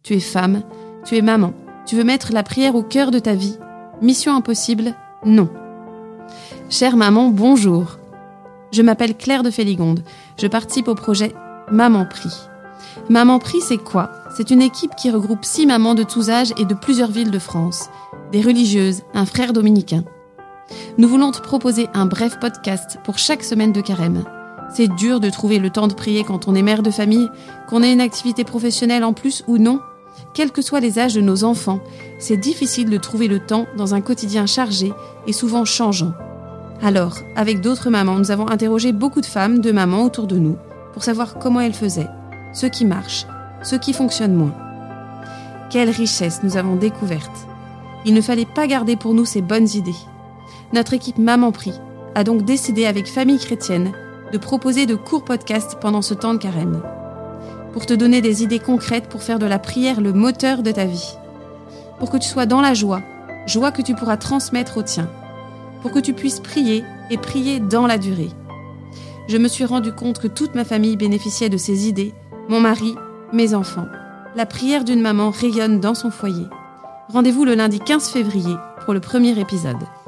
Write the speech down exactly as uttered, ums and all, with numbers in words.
Tu es femme, tu es maman, tu veux mettre la prière au cœur de ta vie. Mission impossible, non. Chère maman, bonjour. Je m'appelle Claire de Féligonde. Je participe au projet Maman Prie. Maman Prie, c'est quoi ? C'est une équipe qui regroupe six mamans de tous âges et de plusieurs villes de France. Des religieuses, un frère dominicain. Nous voulons te proposer un bref podcast pour chaque semaine de carême. C'est dur de trouver le temps de prier quand on est mère de famille, qu'on ait une activité professionnelle en plus ou non. Quels que soient les âges de nos enfants, c'est difficile de trouver le temps dans un quotidien chargé et souvent changeant. Alors, avec d'autres mamans, nous avons interrogé beaucoup de femmes, de mamans autour de nous, pour savoir comment elles faisaient, ce qui marche, ce qui fonctionne moins. Quelle richesse nous avons découverte. Il ne fallait pas garder pour nous ces bonnes idées. Notre équipe Maman Prie a donc décidé avec Famille Chrétienne de proposer de courts podcasts pendant ce temps de carême, pour te donner des idées concrètes pour faire de la prière le moteur de ta vie, pour que tu sois dans la joie, joie que tu pourras transmettre aux tiens, pour que tu puisses prier et prier dans la durée. Je me suis rendu compte que toute ma famille bénéficiait de ces idées, mon mari, mes enfants. La prière d'une maman rayonne dans son foyer. Rendez-vous le lundi quinze février pour le premier épisode.